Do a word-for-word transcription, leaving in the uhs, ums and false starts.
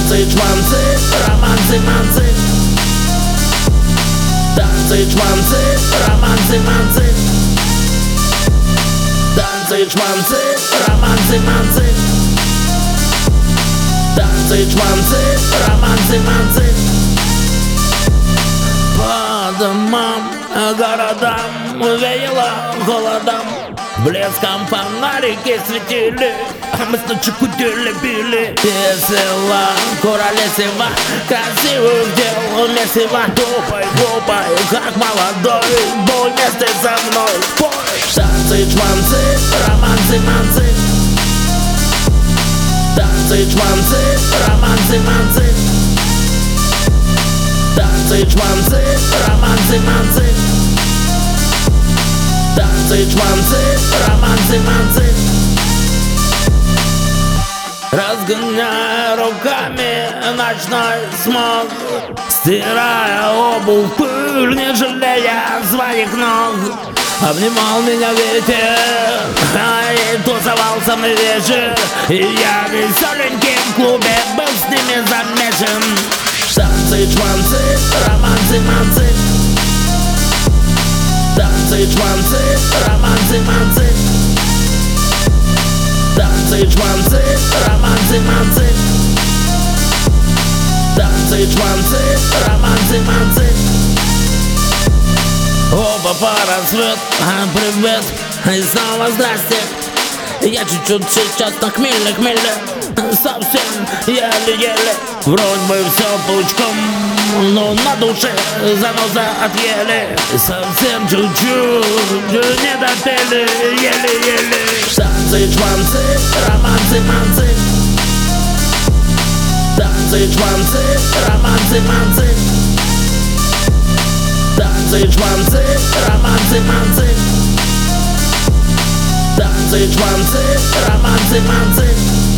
Танцы, чванцы, романсы, манцы. Танцы, чванцы, романсы, манцы. Танцы, чванцы, романсы, манцы. Танцы, чванцы, романсы, манцы. По домам, городам веяло холодом. Блеском фонарики светили, а мы с ночи кудели били. Весело, куролесиво, красивых дел месиво. Тупой, глупой, как молодой, бой вместе со мной, пой. Танцы, чванцы, романсы, манцы. Танцы, чванцы, романсы, манцы. Танцы, чванцы, романсы, манцы. Танцы, чванцы, романсы, манцы. Разгоняя руками ночной смог, стирая обувь, пыль, не жалея своих ног. Обнимал меня ветер, а и тусовался на вечер. И я веселенький в клубе был с ними замешан. Танцы, чванцы, романсы, манцы. Танцы, чванцы, романсы, манцы. Танцы, чванцы, романсы, манцы. Танцы, чванцы, романсы, манцы. Оба пара цвет, а привет, и снова здрасте. Я чуть-чуть сейчас на хмеле, хмеле, совсем еле-еле. Вроде бы все пучком, но на душе заноза отъели. Совсем чуть-чуть, не допели, еле-еле. Танцы, чванцы, романсы, манцы. Танцы, чванцы, романсы, манцы. Танцы, чванцы, романсы, манцы. Танцы, чванцы, романсы, манцы.